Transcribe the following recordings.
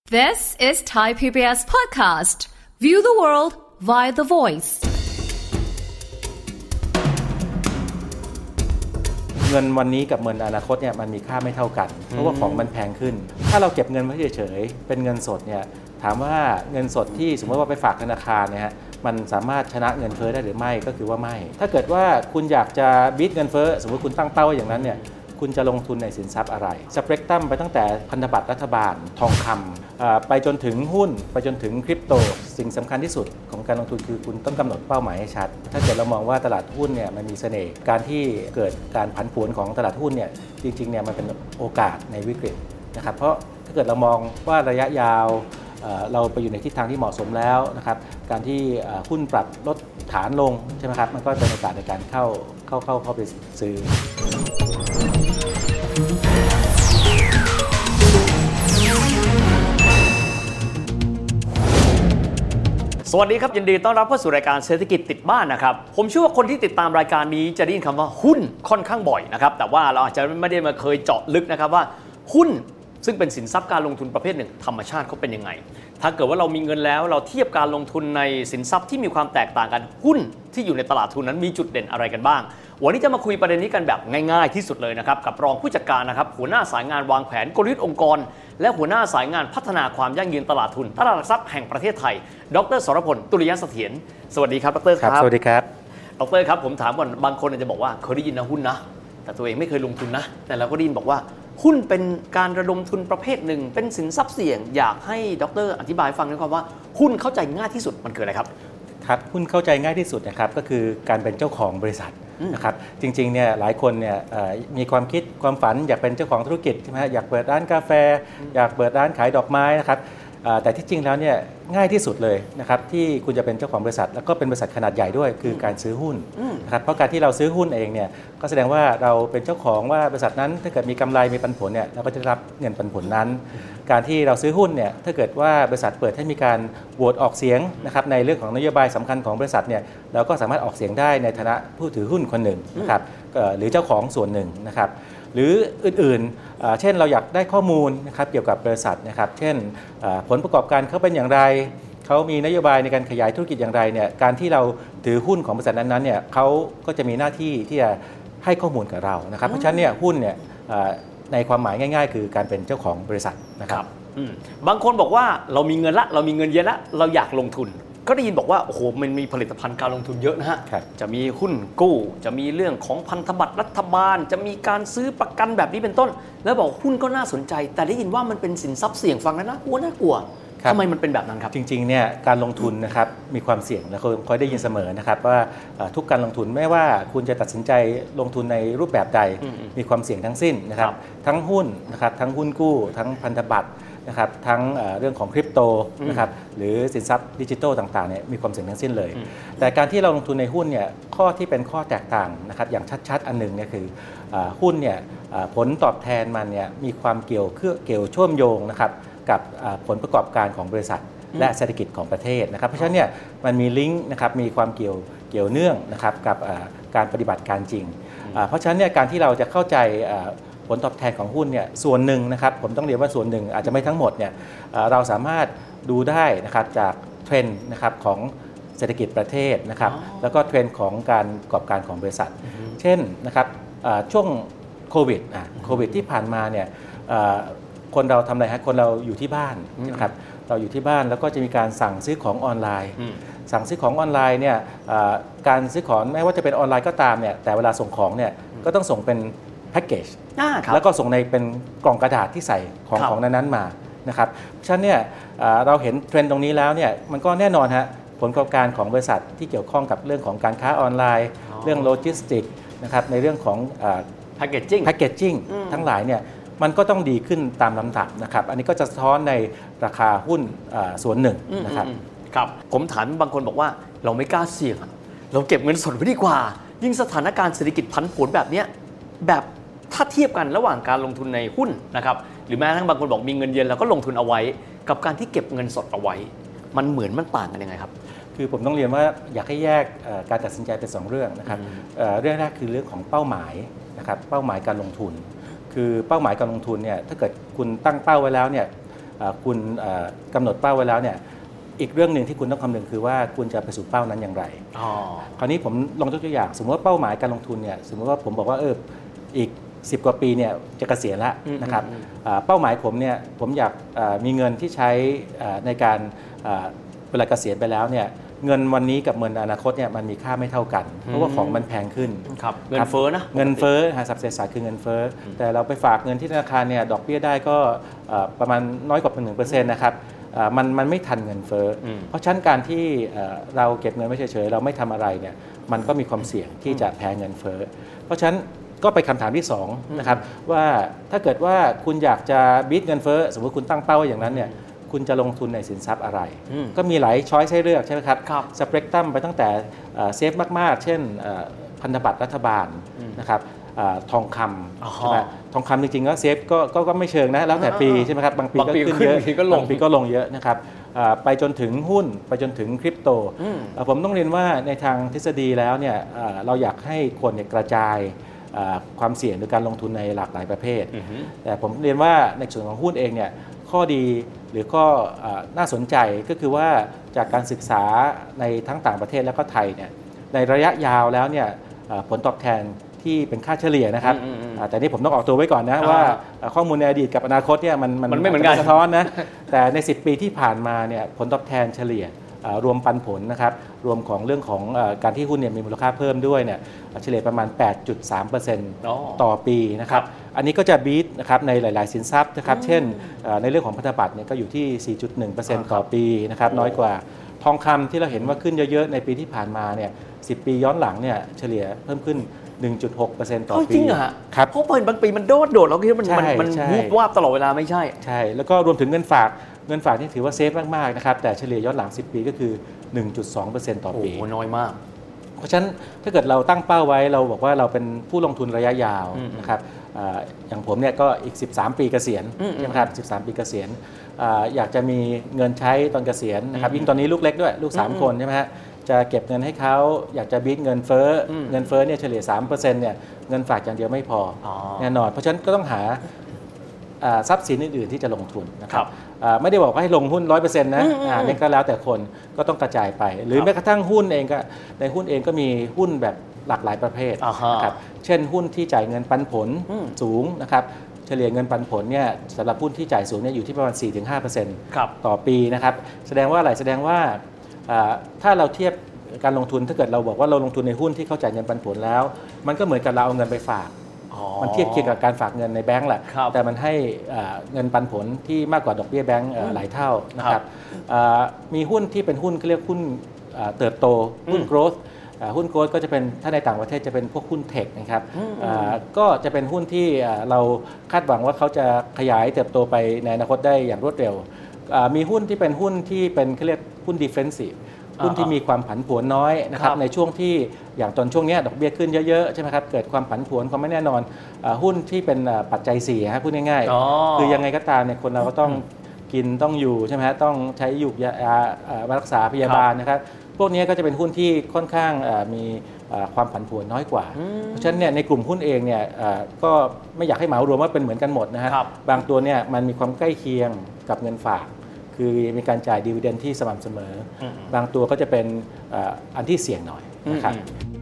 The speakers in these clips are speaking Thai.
This is Thai PBS podcast. View the world via the voice. เงินวันนี้กับเงินอนาคตเนี่ยมันมีค่าไม่เท่ากันเพราะว่าของมันแพงขึ้นถ้าเราเก็บเงินไว้เฉยๆเป็นเงินสดเนี่ยถามว่าเงินสดที่สมมติว่าไปฝากธนาคารเนี่ยฮะมันสามารถชนะเงินเฟ้อได้หรือไม่ก็คือว่าไม่ถ้าเกิดว่าคุณอยากจะบีทเงินเฟ้อสมมติคุณตั้งเป้าไว้อย่างนั้นเนี่ยคุณจะลงทุนในสินทรัพย์อะไรสเปกตรัมไปตั้งแต่พันธบัตรรัฐบาลทองคำไปจนถึงหุ้นไปจนถึงคริปโตสิ่งสำคัญที่สุดของการลงทุนคือคุณต้องกำหนดเป้าหมายให้ชัดถ้าเกิดเรามองว่าตลาดหุ้นเนี่ยมันมีเสน่ห์การที่เกิดการผันผวนของตลาดหุ้นเนี่ยจริงๆเนี่ยมันเป็นโอกาสในวิกฤตนะครับเพราะถ้าเกิดเรามองว่าระยะยาวเราไปอยู่ในทิศทางที่เหมาะสมแล้วนะครับการที่หุ้นปรับลดฐานลงใช่ไหมครับมันก็เป็นโอกาสในการเข้าไปซื้อสวัสดีครับยินดีต้อนรับเข้าสู่รายการเศรษฐกิจติดบ้านนะครับผมเชื่อว่าคนที่ติดตามรายการนี้จะได้ยินคำว่าหุ้นค่อนข้างบ่อยนะครับแต่ว่าเราอาจจะไม่ได้มาเคยเจาะลึกนะครับว่าหุ้นซึ่งเป็นสินทรัพย์การลงทุนประเภทหนึ่งธรรมชาติเขาเป็นยังไงถ้าเกิดว่าเรามีเงินแล้วเราเทียบการลงทุนในสินทรัพย์ที่มีความแตกต่างกันหุ้นที่อยู่ในตลาดทุนนั้นมีจุดเด่นอะไรกันบ้างวันนี้จะมาคุยประเด็นนี้กันแบบง่ายๆที่สุดเลยนะครับกับรองผู้จัดการนะครับหัวหน้าสายงานวางแผนกลยุทธ์องค์กรและหัวหน้าสายงานพัฒนาความยั่งยืนตลาดทุนตลาดหลักทรัพย์แห่งประเทศไทยดร.สรพลตุลยเสถียรสวัสดีครับดร.ครับสวัสดีครับดร.ครับผมถามก่อนบางคนอาจจะบอกว่าเคยได้ยินนะหุ้นนะแต่ตัวเองไม่เคยลงทุนนะแต่เราก็ได้ยินบอกว่าหุ้นเป็นการระดมทุนประเภทหนึ่งเป็นสินทรัพย์เสี่ยงอยากให้ดร.อธิบายฟังหน่อยครับว่าหุ้นเข้าใจง่ายที่สุดมันคืออะไรครับครับหุ้นเข้าใจง่ายที่สุดนะครับก็คือการเป็นเจ้าของบริษัทนะครับจริงๆเนี่ยหลายคนเนี่ยมีความคิดความฝันอยากเป็นเจ้าของธุรกิจใช่ไหมอยากเปิดร้านกาแฟอยากเปิดร้านขายดอกไม้นะครับแต่ที่จริงแล้วเนี่ยง่ายที่สุดเลยนะครับที่คุณจะเป็นเจ้าของบริษัทแล้วก็เป็นบริษัทขนาดใหญ่ด้วยคือการซื้อหุ้นนะครับเพราะการที่เราซื้อหุ้นเองเนี่ยก็แสดงว่าเราเป็นเจ้าของว่าบริษัทนั้นถ้าเกิดมีกำไรมีปันผลเนี่ยเราก็จะรับเงินปันผลนั้นการที่เราซื้อหุ้นเนี่ยถ้าเกิดว่าบริษัทเปิดให้มีการโหวตออกเสียงนะครับในเรื่องของนโยบายสำคัญของบริษัทเนี่ยเราก็สามารถออกเสียงได้ในฐานะผู้ถือหุ้นคนหนึ่งนะครับหรือเจ้าของส่วนหนึ่งนะครับหรืออื่นๆเช่นเราอยากได้ข้อมูลนะครับเกี่ยวกับบริษัทนะครับเช่นผลประกอบการเขาเป็นอย่างไรเขามีนโยบายในการขยายธุรกิจอย่างไรเนี่ยการที่เราถือหุ้นของบริษัทนั้นๆเนี่ยเขาก็จะมีหน้าที่ที่จะให้ข้อมูลกับเรานะครับเพราะฉะนั้นเนี่ยหุ้นเนี่ยในความหมายง่ายๆคือการเป็นเจ้าของบริษัทนะครับบางคนบอกว่าเรามีเงินละเรามีเงินเยอะละเราอยากลงทุนก็ได้ยินบอกว่าโอ้โหมันมีผลิตภัณฑ์การลงทุนเยอะนะฮะจะมีหุ้นกู้จะมีเรื่องของพันธบัตรรัฐบาลจะมีการซื้อประกันแบบนี้เป็นต้นแล้วบอกหุ้นก็น่าสนใจแต่ได้ยินว่ามันเป็นสินทรัพย์เสี่ยงฟังแล้วน่ากลัวทำไมมันเป็นแบบนั้นครับจริงๆเนี่ยการลงทุนนะครับมีความเสี่ยงและเคยได้ยินเสมอนะครับว่าทุกการลงทุนไม่ว่าคุณจะตัดสินใจลงทุนในรูปแบบใดมีความเสี่ยงทั้งสิ้นนะครับทั้งหุ้นนะครับทั้งหุ้นกู้ทั้งพันธบัตรนะครับทั้งเรื่องของคริปโตนะครับหรือสินทรัพย์ดิจิทัลต่างๆเนี่ยมีความเสี่ยงทั้งสิ้นเลยแต่การที่เราลงทุนในหุ้นเนี่ยข้อที่เป็นข้อแตกต่างนะครับอย่างชัดๆอันหนึ่งเนี่ยคือหุ้นเนี่ยผลตอบแทนมันเนี่ยมีความเกี่ยวเชื่อมโยงนะครับกับผลประกอบการของบริษัทและเศรษฐกิจของประเทศนะครับเพราะฉะนั้นเนี่ยมันมีลิงก์นะครับมีความเกี่ยวเนื่องนะครับกับการปฏิบัติการจริงเพราะฉะนั้นเนี่ยการที่เราจะเข้าใจผลตอบแทนของหุ้นเนี่ยส่วนหนึ่งนะครับผมต้องเรียนว่าส่วนหนึ่งอาจจะไม่ทั้งหมดเนี่ยเราสามารถดูได้นะครับจากเทรนด์นะครับของเศรษฐกิจประเทศนะครับแล้วก็เทรนด์ของการประกอบการของบริษัทเช่นนะครับช่วงโควิดที่ผ่านมาเนี่ยคนเราทำอะไรฮะคนเราอยู่ที่บ้านนะครับเราอยู่ที่บ้านแล้วก็จะมีการสั่งซื้อของออนไลน์สั่งซื้อของออนไลน์เนี่ยการซื้อของไม่ว่าจะเป็นออนไลน์ก็ตามเนี่ยแต่เวลาส่งของเนี่ยก็ต้องส่งเป็นแพ็กเกจแล้วก็ส่งในเป็นกล่องกระดาษที่ใส่ของนั้นๆมานะครับเพราะฉะนั้นเนี่ยเราเห็นเทรนด์ตรงนี้แล้วเนี่ยมันก็แน่นอนฮะผลประกอบการของบริษัทที่เกี่ยวข้องกับเรื่องของการค้าออนไลน์เรื่องโลจิสติกนะครับในเรื่องของแพ็กเกจจิ้งทั้งหลายเนี่ยมันก็ต้องดีขึ้นตามลำดับนะครับอันนี้ก็จะสะท้อนในราคาหุ้นส่วนหนึ่งนะครับครับผมถามบางคนบอกว่าเราไม่กล้าเสี่ยงเราเก็บเงินสดไว้ดีกว่ายิ่งสถานการณ์เศรษฐกิจผันผวนแบบนี้แบบถ้าเทียบกันระหว่างการลงทุนในหุ้นนะครับหรือแม้กระทั่งบางคนบอกมีเงินเย็นแล้วก็ลงทุนเอาไว้กับการที่เก็บเงินสดเอาไว้มันเหมือนมันต่างกันยังไงครับคือผมต้องเรียนว่าอยากให้แยกการตัดสินใจเป็น2เรื่องนะครับเรื่องแรกคือเรื่องของเป้าหมายนะครับเป้าหมายการลงทุนคือเป้าหมายการลงทุนเนี่ยถ้าเกิดคุณตั้งเป้าไว้แล้วเนี่ยคุณกำหนดเป้าไว้แล้วเนี่ยอีกเรื่องหนึ่งที่คุณต้องคำนึงคือว่าคุณจะไปสู่เป้านั้นอย่างไรคราวนี้ผมลองยกตัวอย่างสมมติว่าเป้าหมายการลงทุนเนี่ยสมมติว่าผมบอกว่าอีก10 กว่าปีเนี่ยจะเกษียณแล้วนะครับเป้าหมายผมเนี่ยผมอยากมีเงินที่ใช้ในการเวลาเกษียณไปแล้วเนี่ยเงินวันนี้กับเงินอนาคตเนี่ยมันมีค่าไม่เท่ากันเพราะว่าของมันแพงขึ้นเงินเฟ้อนะเงินเฟ้อทรัพย์เศรษฐศาสตร์คือเงินเฟ้อแต่เราไปฝากเงินที่ธนาคารเนี่ยดอกเบี้ยได้ก็ประมาณน้อยกว่า 1% นะครับมันไม่ทันเงินเฟ้อเพราะฉะนั้นการที่เราเก็บเงินไว้เฉยๆเราไม่ทำอะไรเนี่ยมันก็มีความเสี่ยงที่จะแพ้เงินเฟ้อเพราะฉะนั้นก็ไปคำถามที่2นะครับว่าถ้าเกิดว่าคุณอยากจะบีทเงินเฟ้อสมมติคุณตั้งเป้าไว้อย่างนั้นเนี่ยคุณจะลงทุนในสินทรัพย์อะไรก็มีหลายช้อยส์ให้เลือกใช่ไหมครับสเปกตรัมไปตั้งแต่เซฟมากๆเช่นพันธบัตรรัฐบาลนะครับทองคำใช่ไหมทองคำจริงๆก็เซฟก็ไม่เชิงนะแล้วแต่ปีใช่ไหมครับบางปีก็ขึ้นเยอะบางปีก็ลงเยอะนะครับไปจนถึงหุ้นไปจนถึงคริปโตผมต้องเรียนว่าในทางทฤษฎีแล้วเนี่ยเราอยากให้คนกระจายความเสี่ยงในการลงทุนในหลากหลายประเภทแต่ผมเรียนว่าในส่วนของหุ้นเองเนี่ยข้อดีหรือข้อน่าสนใจก็คือว่าจากการศึกษาในทั้งต่างประเทศและก็ไทยเนี่ยในระยะยาวแล้วเนี่ยผลตอบแทนที่เป็นค่าเฉลี่ยนะครับแต่นี่ผมต้องออกตัวไว้ก่อนนะว่าข้อมูลในอดีตกับอนาคตเนี่ยมันไม่เหมือนกันสะท้อนนะแต่ใน10 ปีที่ผ่านมาเนี่ยผลตอบแทนเฉลี่ยรวมปันผลนะครับรวมของเรื่องของการที่หุ้นเนี่ยมีมูลค่าเพิ่มด้วยเนี่ยเฉลี่ยประมาณ 8.3% ต่อปีนะครับอันนี้ก็จะบีทนะครับในหลายๆสินทรัพย์นะครับเช่นในเรื่องของพันธบัตรเนี่ยก็อยู่ที่ 4.1% ต่อปีนะครับน้อยกว่าทองคำที่เราเห็นว่าขึ้นเยอะๆในปีที่ผ่านมาเนี่ย10 ปีย้อนหลังเนี่ยเฉลี่ยเพิ่มขึ้น 1.6% ต่อปีจริงเหรอฮะครับเพราะบางปีมันโดดแล้วคิดว่ามันวูบวาบตลอดเวลาไม่ใช่แล้วก็รวมถึงเงินฝากนี่ถือว่าเซฟมากๆนะครับแต่เฉลี่ยย้อนหลัง10 ปีก็คือ 1.2% ต่อปีโอ้น้อยมากเพราะฉะนั้นถ้าเกิดเราตั้งเป้าไว้เราบอกว่าเราเป็นผู้ลงทุนระยะยาวนะครับอย่างผมเนี่ยก็อีก13 ปีเกษียณใช่ไหมครับ13 ปีเกษียณอยากจะมีเงินใช้ตอนเกษียณนะครับยิ่งตอนนี้ลูกเล็กด้วยลูก3 คนใช่ไหมฮะจะเก็บเงินให้เขาอยากจะบีทเงินเฟ้อเนี่ยเฉลี่ย 3% เนี่ยเงินฝากอย่างเดียวไม่พอแน่นอนเพราะฉะนั้นก็ต้องหาทรัพย์สินอื่นๆที่จะลงทุนนะครับไม่ได้บอกว่าให้ลงหุ้น 100% นะนี่ก็แล้วแต่คนก็ต้องกระจายไปหรือแม้กระทั่งหุ้นเองก็ในหุ้นเองก็มีหุ้นแบบหลากหลายประเภทนะครับเช่นหุ้นที่จ่ายเงินปันผลสูงนะครับเฉลี่ยเงินปันผลเนี่ยสำหรับหุ้นที่จ่ายสูงเนี่ยอยู่ที่ประมาณ 4-5% ต่อปีนะครับแสดงว่าอะไรแสดงว่าถ้าเราเทียบการลงทุนถ้าเกิดเราบอกว่าเราลงทุนในหุ้นที่เขาจ่ายเงินปันผลแล้วมันก็เหมือนกับเราเอาเงินไปฝากมันเทียบเคียงกับการฝากเงินในแบงก์แหละแต่มันให้เงินปันผลที่มากกว่าดอกเบี้ยแบงก์หลายเท่านะครับมีหุ้นที่เป็นหุ้นเขาเรียกหุ้นเติบโตหุ้น growth หุ้น growth ก็จะเป็นถ้าในต่างประเทศจะเป็นพวกหุ้นเทคนะครับก็จะเป็นหุ้นที่เราคาดหวังว่าเขาจะขยายเติบโตไปในอนาคตได้อย่างรวดเร็วมีหุ้นที่เป็นหุ้นที่เป็นเขาเรียกหุ้น defensiveหุ้นที่มีความผันผวนน้อยนะครับในช่วงที่อย่างตอนช่วงนี้ดอกเบี้ยขึ้นเยอะๆใช่ไหมครับเกิดความผันผวนความไม่แน่นอนหุ้นที่เป็นปัจจัย4พูดง่ายๆคือยังไงก็ตามเนี่ยคนเราก็ต้องกินต้องอยู่ใช่ไหมฮะต้องใช้ยุกยารักษาพยาบาลนะครับพวกนี้ก็จะเป็นหุ้นที่ค่อนข้างมีความผันผวนน้อยกว่าเพราะฉะนั้นเนี่ยในกลุ่มหุ้นเองเนี่ยก็ไม่อยากให้เหมารวมว่าเป็นเหมือนกันหมดนะฮะบางตัวเนี่ยมันมีความใกล้เคียงกับเงินฝากคือมีการจ่ายดิวิเดนที่สม่ำเสมอบางตัวก็จะเป็นอันที่เสี่ยงหน่อยนะครับ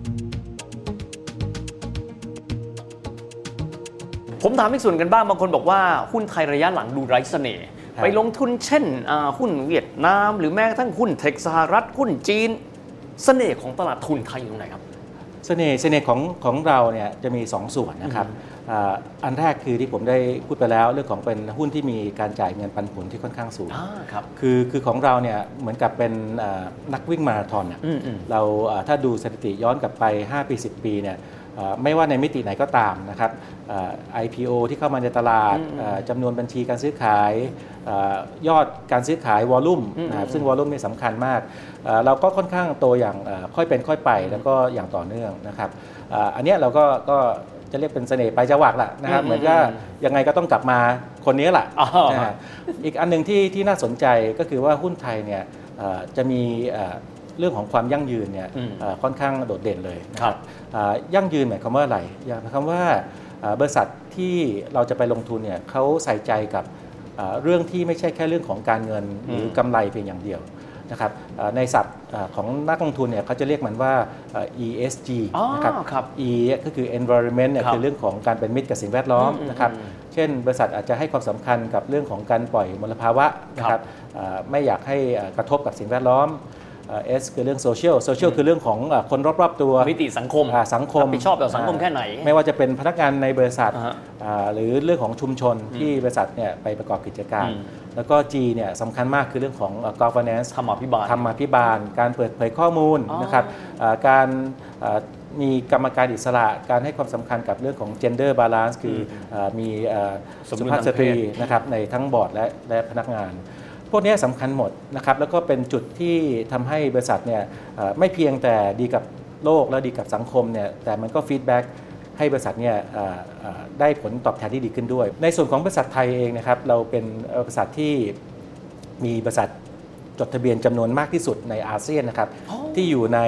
ผมถามอีกส่วนกันบ้างบางคนบอกว่าหุ้นไทยระยะหลังดูไร้เสน่ห์ไปลงทุนเช่นหุ้นเวียดนามหรือแม้กระทั่งหุ้นเทคสหรัฐหุ้นจีนเสน่ห์ของตลาดทุนไทยอยู่ตรงไหนครับเสน่ห์ของเราเนี่ยจะมี2 ส่วนนะครับอันแรกคือที่ผมได้พูดไปแล้วเรื่องของเป็นหุ้นที่มีการจ่ายเงินปันผลที่ค่อนข้างสูงคือของเราเนี่ยเหมือนกับเป็นนักวิ่งมาราธอนเราถ้าดูสถิติย้อนกลับไป5 ปี 10 ปีเนี่ยไม่ว่าในมิติไหนก็ตามนะครับIPO ที่เข้ามาในตลาดจำนวนบัญชีการซื้อขายยอดการซื้อขายวอลลุ่มนะครับซึ่งวอลลุ่มนี่สำคัญมากเราก็ค่อนข้างโตอย่างค่อยเป็นค่อยไปแล้วก็อย่างต่อเนื่องนะครับอันนี้เราก็จะเรียกเป็นเสน่ห์ปลายจวักแหละนะครับเหมือนก็ยังไงก็ต้องกลับมาคนนี้แหละอีกอันหนึ่งที่น่าสนใจก็คือว่าหุ้นไทยเนี่ยจะมีเรื่องของความยั่งยืนเนี่ยค่อนข้างโดดเด่นเลยนะครับยั่งยืนหมายความว่าอะไรหมายความว่าบริษัทที่เราจะไปลงทุนเนี่ยเขาใส่ใจกับเรื่องที่ไม่ใช่แค่เรื่องของการเงินหรือกำไรเพียงอย่างเดียวนะครับในศัพท์ของนักลงทุนเนี่ยเขาจะเรียกมันว่า ESG นะครับ E ก็คือ environment เนี่ยคือเรื่องของการเป็นมิตรกับสิ่งแวดล้อมนะครับเช่นบริษัทอาจจะให้ความสำคัญกับเรื่องของการปล่อยมลภาวะนะครับไม่อยากให้กระทบกับสิ่งแวดล้อมS คือเรื่องโซเชียลคือเรื่องของคนรอบๆตัวมิติสังคมรับผิดชอบต่อสังคมแค่ไหนไม่ว่าจะเป็นพนักงานในบริษัทหรือเรื่องของชุมชนที่บริษัทเนี่ยไปประกอบกิจการแล้วก็ G เนี่ยสำคัญมากคือเรื่องของ governance ธรรมาภิบาลการเปิดเผยข้อมูลนะครับการมีกรรมการอิสระการให้ความสำคัญกับเรื่องของ gender balance คือมีสุภาพสตรีนะครับในทั้งบอร์ดและพนักงานพวกนี้สำคัญหมดนะครับแล้วก็เป็นจุดที่ทำให้บริษัทเนี่ยไม่เพียงแต่ดีกับโลกและดีกับสังคมเนี่ยแต่มันก็ฟีดแบ็กให้บริษัทเนี่ยได้ผลตอบแทนที่ดีขึ้นด้วยในส่วนของบริษัทไทยเองนะครับเราเป็นบริษัทที่มีบริษัทจดทะเบียนจำนวนมากที่สุดในอาเซียนนะครับที่อยู่ใน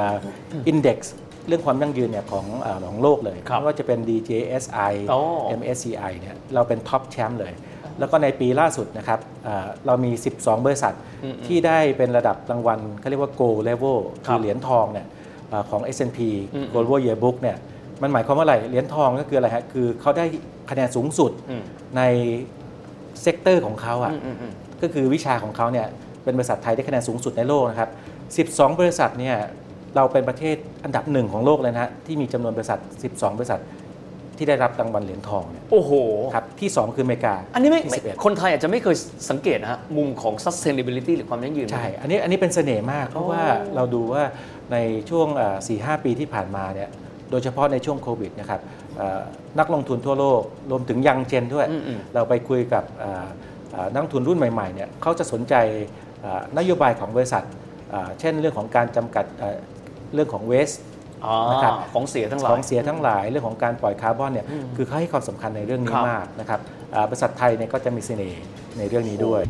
index เรื่องความยั่งยืนเนี่ยของโลกเลยไม่ว่าจะเป็น DJSI MSCI เนี่ยเราเป็นท็อปแชมป์เลยแล้วก็ในปีล่าสุดนะครับเรามี12บริษัทที่ได้เป็นระดับรางวัลเขาเรียกว่า Gold Level คือเหรียญทองเนี่ยของ S&P Global Yearbook เนี่ยมันหมายความว่าอะไรเหรียญทองก็คืออะไรฮะคือเขาได้คะแนนสูงสุดในเซกเตอร์ของเขาก็คือวิชาของเขาเนี่ยเป็นบริษัทไทยได้คะแนนสูงสุดในโลกนะครับ12บริษัทเนี่ยเราเป็นประเทศอันดับ1ของโลกเลยนะฮะที่มีจำนวนบริษัท12บริษัทที่ได้รับรางวัลเหรียญทองเนี่ยโอ้โหครับที่2คืออเมริกาอันนี้ไม่คนไทยอาจจะไม่เคยสังเกตนะฮะมุมของ sustainability หรือความยั่งยืนใช่อันนี้เป็นเสน่ห์มากเพราะว่าเราดูว่าในช่วง 4-5 ปีที่ผ่านมาเนี่ยโดยเฉพาะในช่วงโควิดนะครับนักลงทุนทั่วโลกรวมถึงยังเจนด้วยเราไปคุยกับนักลงทุนรุ่นใหม่ๆเนี่ยเขาจะสนใจนโยบายของบริษัทเช่นเรื่องของการจำกัดเรื่องของ wasteนะครับของเสียทั้งหลายเรื่องของการปล่อยคาร์บอนเนี่ยคือเขาให้ความสำคัญในเรื่องนี้มากนะครับบริษัทไทยเนี่ยก็จะมีเสน่ห์ในเรื่องนี้ด้วย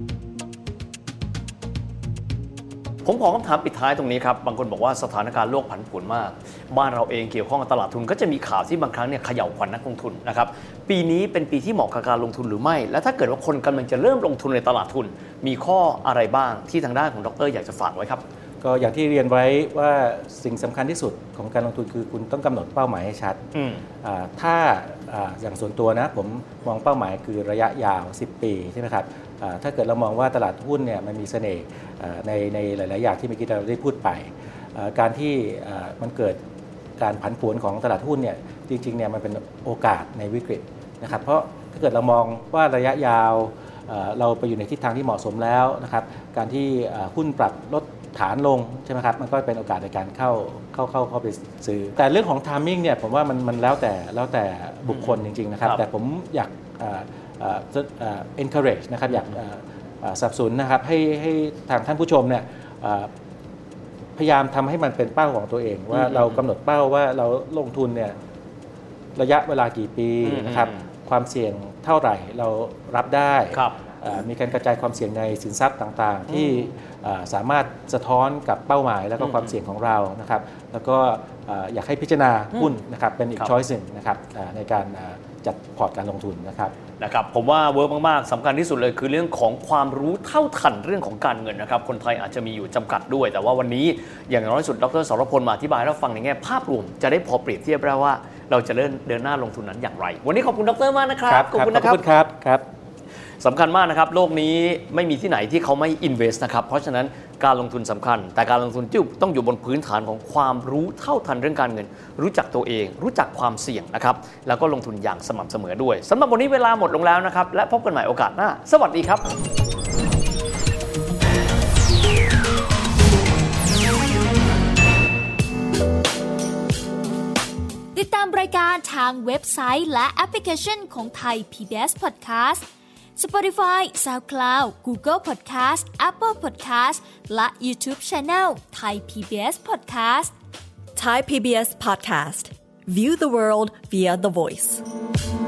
ผมขอคำถามปิดท้ายตรงนี้ครับบางคนบอกว่าสถานการณ์โลกผันผวนมากบ้านเราเองเกี่ยวข้องกับตลาดทุนก็จะมีข่าวที่บางครั้งเนี่ยเขย่าขวัญนักลงทุนนะครับปีนี้เป็นปีที่เหมาะกับการลงทุนหรือไม่และถ้าเกิดว่าคนกำลังจะเริ่มลงทุนในตลาดทุนมีข้ออะไรบ้างที่ทางด้านของดร.อยากจะฝากไว้ครับก็อย่างที่เรียนไว้ว่าสิ่งสำคัญที่สุดของการลงทุนคือคุณต้องกำหนดเป้าหมายให้ชัดถ้าอย่างส่วนตัวนะผมมองเป้าหมายคือระยะยาว10ปีใช่ไหมครับถ้าเกิดเรามองว่าตลาดหุ้นเนี่ยมันมีเสน่ห์ในหลายๆอย่างที่เมื่อกี้เราได้พูดไปการที่มันเกิดการผันผวนของตลาดหุ้นเนี่ยจริงๆเนี่ยมันเป็นโอกาสในวิกฤตนะครับเพราะถ้าเกิดเรามองว่าระยะยาวเราไปอยู่ในทิศทางที่เหมาะสมแล้วนะครับการที่หุ้นปรับลดฐานลงใช่ไหมครับมันก็เป็นโอกาสในการเข้าไปซื้อแต่เรื่องของ timing เนี่ยผมว่ามันแล้วแต่บุคคลจริงๆนะครับแต่ผมอยากencourage นะครับอยากสนับสนุนนะครับให้ทางท่านผู้ชมเนี่ยพยายามทำให้มันเป็นเป้าของตัวเองว่าเรากำหนดเป้าว่าเราลงทุนเนี่ยระยะเวลากี่ปีนะครับความเสี่ยงเท่าไหร่เรารับได้มีการกระจายความเสี่ยงในสินทรัพย์ต่างๆที่สามารถสะท้อนกับเป้าหมายแล้วก็ความเสี่ยงของเรานะครับแล้วก็อยากให้พิจารณาหุ้นนะครับเป็นอีกช้อยส์หนึ่งนะครับในการจัดพอร์ตการลงทุนนะครับผมว่าเวิร์กมากๆสำคัญที่สุดเลยคือเรื่องของความรู้เท่าทันเรื่องของการเงินนะครับคนไทยอาจจะมีอยู่จำกัดด้วยแต่ว่าวันนี้อย่างน้อยสุดดร.สรพลมาอธิบายให้เราฟังในแง่ภาพรวมจะได้พอเปรียบเทียบได้ว่าเราจะเดินหน้าลงทุนนั้นอย่างไรวันนี้ขอบคุณดร.มากนะครับขอบคุณครับสำคัญมากนะครับโลกนี้ไม่มีที่ไหนที่เขาไม่ invest นะครับเพราะฉะนั้นการลงทุนสำคัญแต่การลงทุนต้องอยู่บนพื้นฐานของความรู้เท่าทันเรื่องการเงินรู้จักตัวเองรู้จักความเสี่ยงนะครับแล้วก็ลงทุนอย่างสม่ำเสมอด้วยสำหรับวันนี้เวลาหมดลงแล้วนะครับและพบกันใหม่โอกาสหน้าสวัสดีครับติดตามรายการทางเว็บไซต์และแอปพลิเคชันของไทย PBS Podcast Spotify, SoundCloud, Google Podcast, Apple Podcast และ YouTube Channel Thai PBS Podcast Thai PBS Podcast View the world via the voice